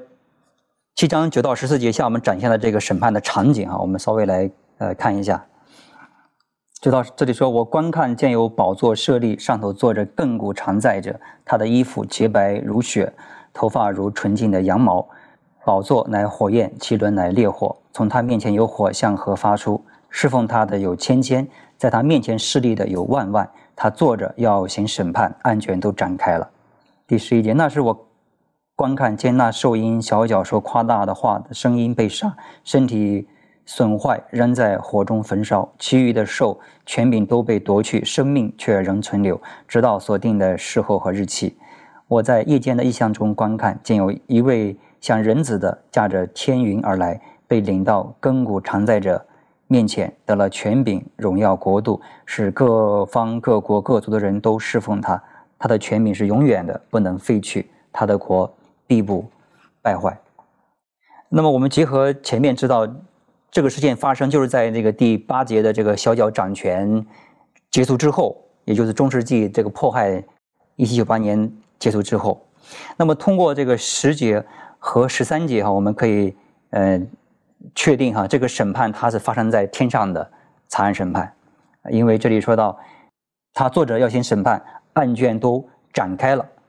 7章9到14节向我们展现了这个审判的场景我们稍微来看一下。就到这里说，我观看见有宝座设立，上头坐着亘古常在者，他的衣服洁白如雪，头发如纯净的羊毛。宝座乃火焰，其轮乃烈火，从他面前有火向河发出，侍奉他的有千千，在他面前侍立的有万万。他坐着要行审判，案卷都展开了。第11节，那是我观看见那兽因小角说夸大的话的声音被杀，身体损坏，扔在火中焚烧，其余的兽权柄都被夺去，生命却仍存留，直到所定的时候和日期。我在夜间的异象中观看，见有一位像人子的驾着天云而来，被领到亘古常在者面前，得了权柄、荣耀、国度，使各方各国各族的人都侍奉他。他的权柄是永远的，不能废去，他的国必不败坏。那么我们结合前面知道，这个事件发生就是在这个第8节的这个小角掌权结束之后，也就是中世纪这个迫害1798年结束之后。那么通过这个10节和13节我们可以确定这个审判它是发生在天上的查案审判，因为这里说到他坐着要行审判，案卷都展开了。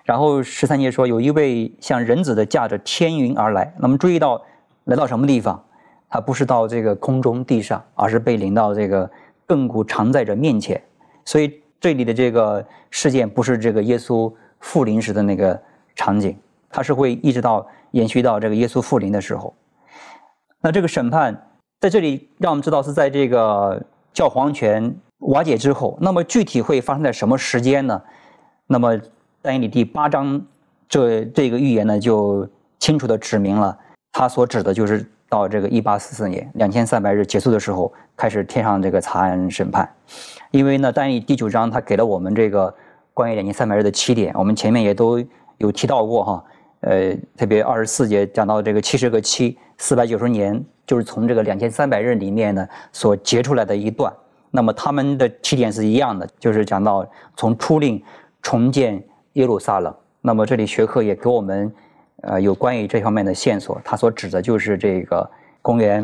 然后13节说，有一位像人子的驾着天云而来。那么注意到来到什么地方？他不是到这个空中地上，而是被领到这个亘古常在者面前。所以这里的这个事件不是这个耶稣复临时的那个场景，它是会一直到延续到这个耶稣复临的时候。那这个审判在这里让我们知道是在这个教皇权瓦解之后。那么具体会发生在什么时间呢？那么但以理第8章这个预言呢，就清楚地指明了，它所指的就是到这个1844年2300日结束的时候，开始天上这个查案审判。因为呢，但以理第9章它给了我们这个关于2300日的起点，我们前面也都有提到过哈。特别24节讲到这个70个期，490年，就是从这个2300日里面呢所截出来的一段。那么他们的起点是一样的，就是讲到从初令重建耶路撒冷。那么这里学科也给我们有关于这方面的线索，它所指的就是这个公元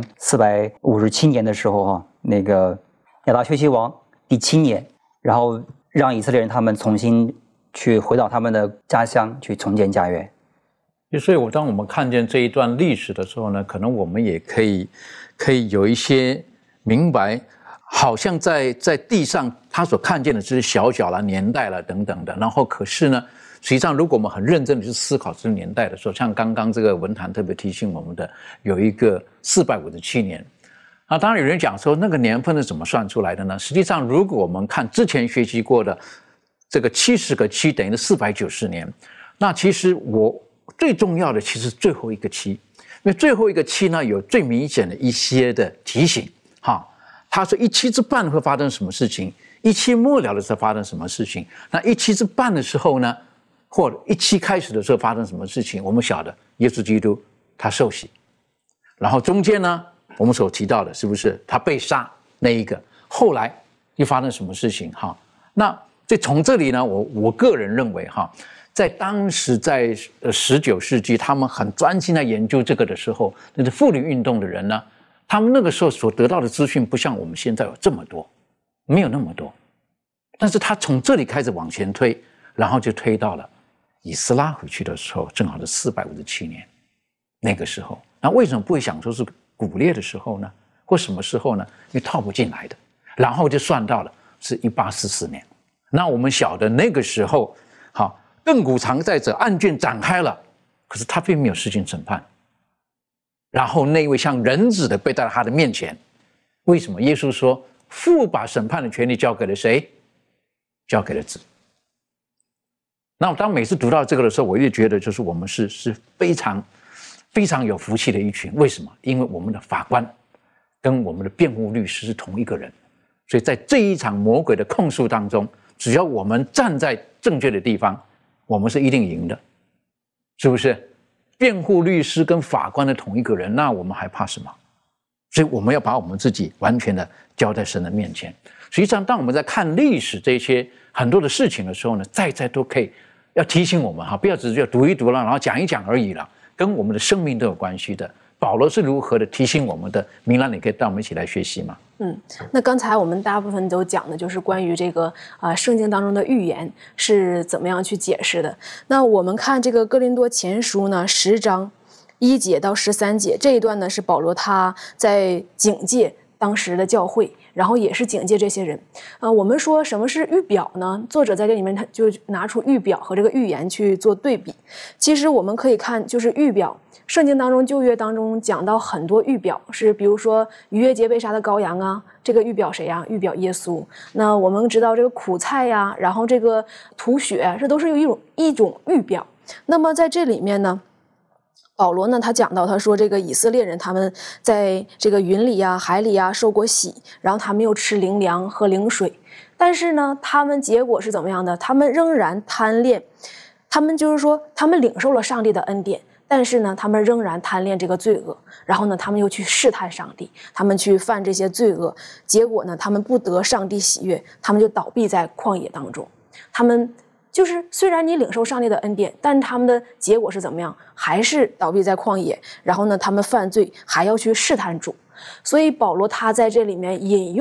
457年的时候哈，那个亚达薛西王第7年，然后让以色列人他们重新去回到他们的家乡去重建家园。 所以当我们看见这一段历史的时候呢，可能我们也可以有一些明白，好像在地上他所看见的只是小小了年代了等等的，然后可是呢，实际上如果我们很认真的去思考这个年代的时候，像刚刚这个文坛特别提醒我们的，有一个457年。当然有人讲说那个年份是怎么算出来的呢？实际上如果我们看之前学习过的这个70个期等于490年，那其实我最重要的其实最后一个期，因为最后一个期呢有最明显的一些的提醒哈。他说1期之半会发生什么事情，1期末了的时候发生什么事情，那1期之半的时候呢，或者1期开始的时候发生什么事情，我们晓得耶稣基督他受洗，然后中间呢我们所提到的是不是他被杀那一个，后来又发生什么事情哈？那所以从这里呢，我个人认为哈，在当时在19世纪，他们很专心在研究这个的时候，那个妇女运动的人呢，他们那个时候所得到的资讯不像我们现在有这么多，没有那么多，但是他从这里开始往前推，然后就推到了以斯拉回去的时候，正好是457年那个时候。那为什么不会想说是古列的时候呢？或什么时候呢？因为套不进来的，然后就算到了是1844年。那我们晓得那个时候，好，亘古常在者案卷展开了，可是他并没有施行审判。然后那位像人子的被带到他的面前，为什么？耶稣说父把审判的权利交给了谁？交给了子。那我当每次读到这个的时候，我就觉得就是我们是非常非常有福气的一群。为什么？因为我们的法官跟我们的辩护律师是同一个人，所以在这一场魔鬼的控诉当中，只要我们站在正确的地方，我们是一定赢的，是不是？辩护律师跟法官的同一个人，那我们还怕什么？所以我们要把我们自己完全的交在神的面前。实际上当我们在看历史这些很多的事情的时候呢，再都可以要提醒我们哈，不要只是要读一读了，然后讲一讲而已了，跟我们的生命都有关系的。保罗是如何的提醒我们的？明兰，你可以带我们一起来学习吗？ 那刚才我们大部分都讲的就是关于这个圣经当中的预言是怎么样去解释的。那我们看这个哥林多前书呢10章1节到13节这一段呢，是保罗他在警戒当时的教会，然后也是警戒这些人。我们说什么是预表呢？作者在这里面他就拿出预表和这个预言去做对比。其实我们可以看，就是预表，圣经当中旧约当中讲到很多预表，是比如说逾越节被杀的羔羊啊，这个预表谁啊？预表耶稣。那我们知道这个苦菜呀，然后这个吐血，这都是有一种预表。那么在这里面呢，保罗呢，他讲到，他说这个以色列人他们在这个云里啊、海里啊受过洗，然后他们又吃灵粮、喝灵水，但是呢，他们结果是怎么样的？他们仍然贪恋，他们就是说，他们领受了上帝的恩典，但是呢，他们仍然贪恋这个罪恶，然后呢，他们又去试探上帝，他们去犯这些罪恶，结果呢，他们不得上帝喜悦，他们就倒闭在旷野当中，他们。就是虽然你领受上帝的恩典，但他们的结果是怎么样？还是倒闭在旷野，然后呢，他们犯罪还要去试探主。所以保罗他在这里面引用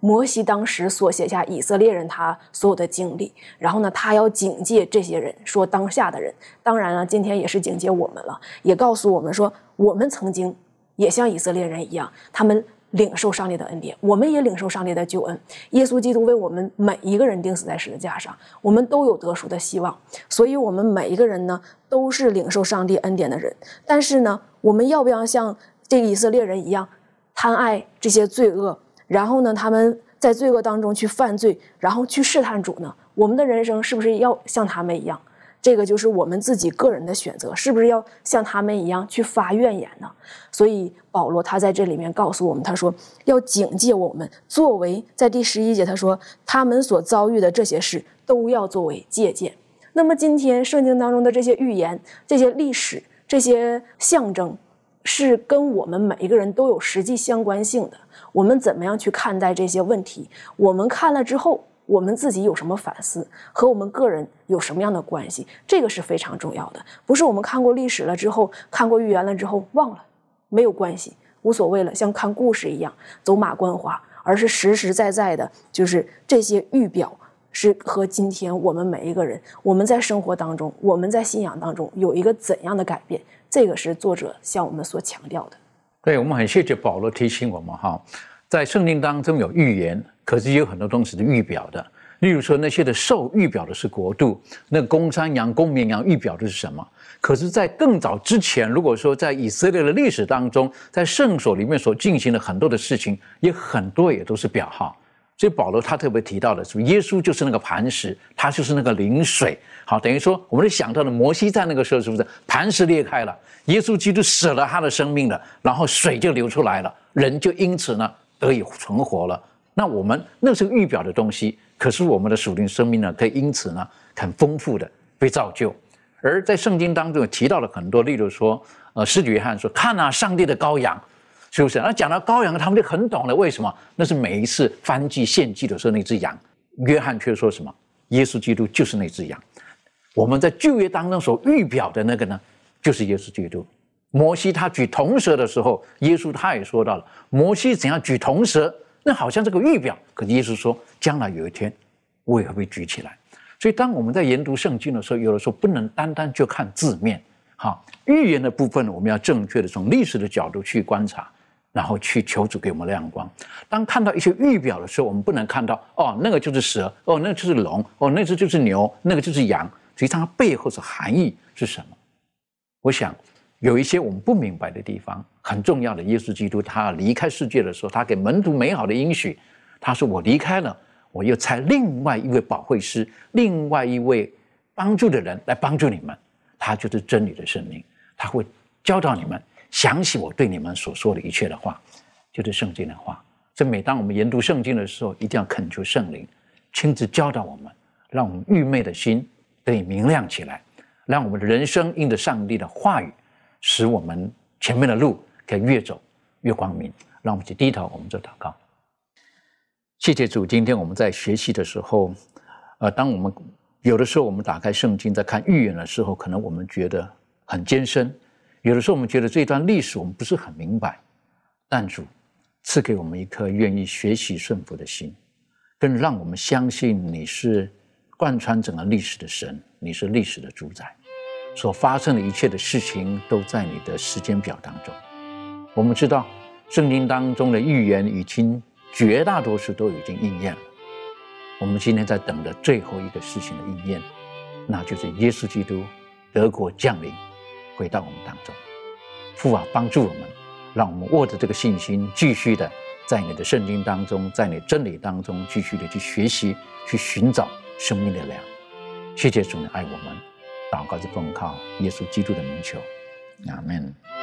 摩西当时所写下以色列人他所有的经历，然后呢，他要警戒这些人，说当下的人，当然了，今天也是警戒我们了，也告诉我们说，我们曾经也像以色列人一样，他们领受上帝的恩典，我们也领受上帝的救恩。耶稣基督为我们每一个人钉死在十字架上，我们都有得赎的希望，所以我们每一个人呢，都是领受上帝恩典的人。但是呢，我们要不要像这个以色列人一样，贪爱这些罪恶，然后呢，他们在罪恶当中去犯罪，然后去试探主呢？我们的人生是不是要像他们一样？这个就是我们自己个人的选择，是不是要像他们一样去发怨言呢？所以保罗他在这里面告诉我们，他说要警戒我们，作为在第11节他说他们所遭遇的这些事都要作为借鉴。那么今天圣经当中的这些预言、这些历史、这些象征，是跟我们每一个人都有实际相关性的。我们怎么样去看待这些问题？我们看了之后，我们自己有什么反思，和我们个人有什么样的关系？这个是非常重要的。不是我们看过历史了之后，看过预言了之后忘了，没有关系，无所谓了，像看故事一样走马观花，而是实实在在的，就是这些预表是和今天我们每一个人，我们在生活当中，我们在信仰当中有一个怎样的改变，这个是作者向我们所强调的。 对，我们很谢谢保罗提醒我们哈，在圣经当中有预言，可是也有很多东西是预表的。例如说那些的兽预表的是国度，那公山羊、公绵羊预表的是什么？可是在更早之前，如果说在以色列的历史当中，在圣所里面所进行的很多的事情，很多也都是表号。所以保罗他特别提到的是，耶稣就是那个磐石，他就是那个灵水。好，等于说我们想到的摩西在那个时候是不是磐石裂开了，耶稣基督舍了他的生命了，然后水就流出来了，人就因此呢得以存活了。那我们那是预表的东西，可是我们的属灵生命呢，可以因此呢很丰富的被造就。而在圣经当中也提到了很多，例如说，施洗约翰说：“看啊，上帝的羔羊。”是不是？那讲到羔羊，他们就很懂了。为什么？那是每一次燔祭献祭的时候那只羊。约翰却说什么？耶稣基督就是那只羊。我们在旧约当中所预表的那个呢，就是耶稣基督。摩西他举铜蛇的时候，耶稣他也说到了，摩西怎样举铜蛇，那好像这个预表。可是耶稣说，将来有一天我也会被举起来。所以当我们在研读圣经的时候，有的时候不能单单就看字面。好，预言的部分我们要正确的从历史的角度去观察，然后去求主给我们亮光。当看到一些预表的时候，我们不能看到那个就是蛇，那个就是龙，那个就是牛，那个就是羊，实际上它背后的含义是什么？我想有一些我们不明白的地方。很重要的，耶稣基督他离开世界的时候，他给门徒美好的应许，他说我离开了，我又差另外一位保惠师，另外一位帮助的人来帮助你们，他就是真理的圣灵，他会教导你们，想起我对你们所说的一切的话，就是圣经的话。所以每当我们研读圣经的时候，一定要恳求圣灵亲自教导我们，让我们愚昧的心得以明亮起来，让我们的人生因着上帝的话语，使我们前面的路可以越走越光明。让我们一起低头，我们做祷告。谢谢主，今天我们在学习的时候，当我们有的时候我们打开圣经在看预言的时候，可能我们觉得很艰深，有的时候我们觉得这段历史我们不是很明白，但主赐给我们一颗愿意学习顺服的心，更让我们相信你是贯穿整个历史的神，你是历史的主宰，所发生的一切的事情都在你的时间表当中。我们知道圣经当中的预言已经绝大多数都已经应验了，我们今天在等的最后一个事情的应验，那就是耶稣基督得国降临，回到我们当中。父啊，帮助我们，让我们握着这个信心，继续的在你的圣经当中，在你真理当中继续的去学习，去寻找生命的粮。谢谢主，你爱我们。祷告是奉靠耶稣基督的名求，阿们。